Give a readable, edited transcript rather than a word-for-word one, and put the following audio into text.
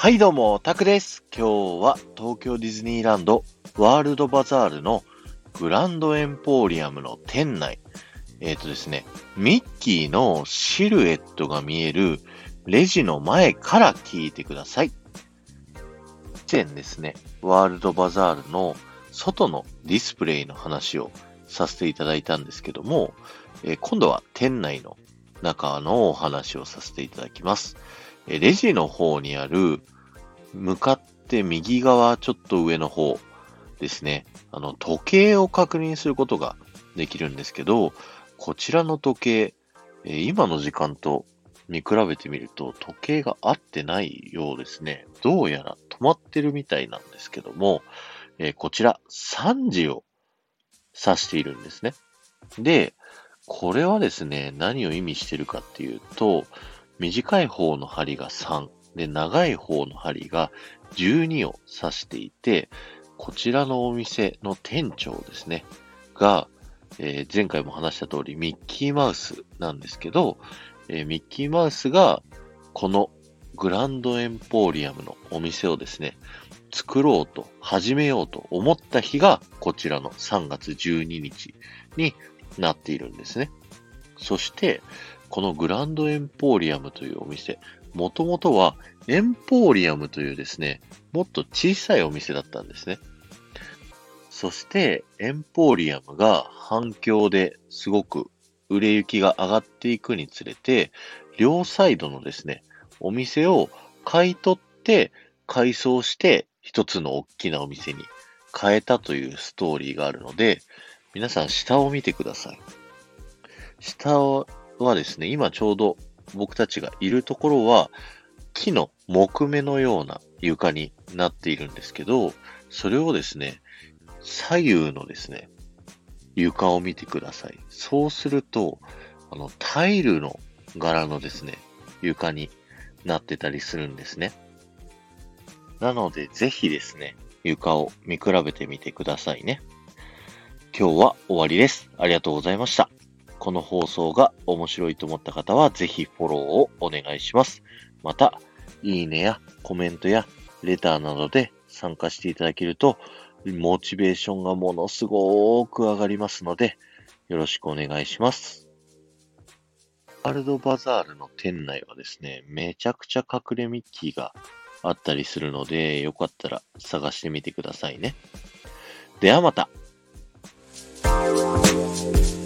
はいどうも、タクです。今日は東京ディズニーランドワールドバザールのグランドエンポーリアムの店内。ですね、ミッキーのシルエットが見えるレジの前から聞いてください。以前ですね、ワールドバザールの外のディスプレイの話をさせていただいたんですけども、今度は店内の中のお話をさせていただきます。レジの方にある向かって右側ちょっと上の方ですね、時計を確認することができるんですけど、こちらの時計、今の時間と見比べてみると時計が合ってないようですね。どうやら止まってるみたいなんですけども、こちら3時を指しているんですね。で、これはですね、何を意味してるかっていうと、短い方の針が3、で、長い方の針が12を指していて、こちらのお店の店長ですね、が、前回も話した通りミッキーマウスなんですけど、ミッキーマウスがこのグランドエンポーリアムのお店をですね、作ろうと、始めようと思った日がこちらの3月12日になっているんですね。そして、このグランドエンポーリアムというお店、もともとはエンポーリアムというですね、もっと小さいお店だったんですね。そして、エンポーリアムが反響ですごく売れ行きが上がっていくにつれて、両サイドのですね、お店を買い取って改装して一つの大きなお店に変えたというストーリーがあるので、皆さん下を見てください。下はですね、今ちょうど僕たちがいるところは木の木目のような床になっているんですけど、それをですね、左右のですね、床を見てください。そうすると、タイルの柄のですね、床になってたりするんですね。なので、ぜひですね、床を見比べてみてくださいね。今日は終わりです。ありがとうございました。この放送が面白いと思った方は、ぜひフォローをお願いします。また、いいねやコメントやレターなどで参加していただけると、モチベーションがものすごく上がりますので、よろしくお願いします。ワールドバザールの店内はですね、めちゃくちゃ隠れミッキーがあったりするので、よかったら探してみてくださいね。ではまた。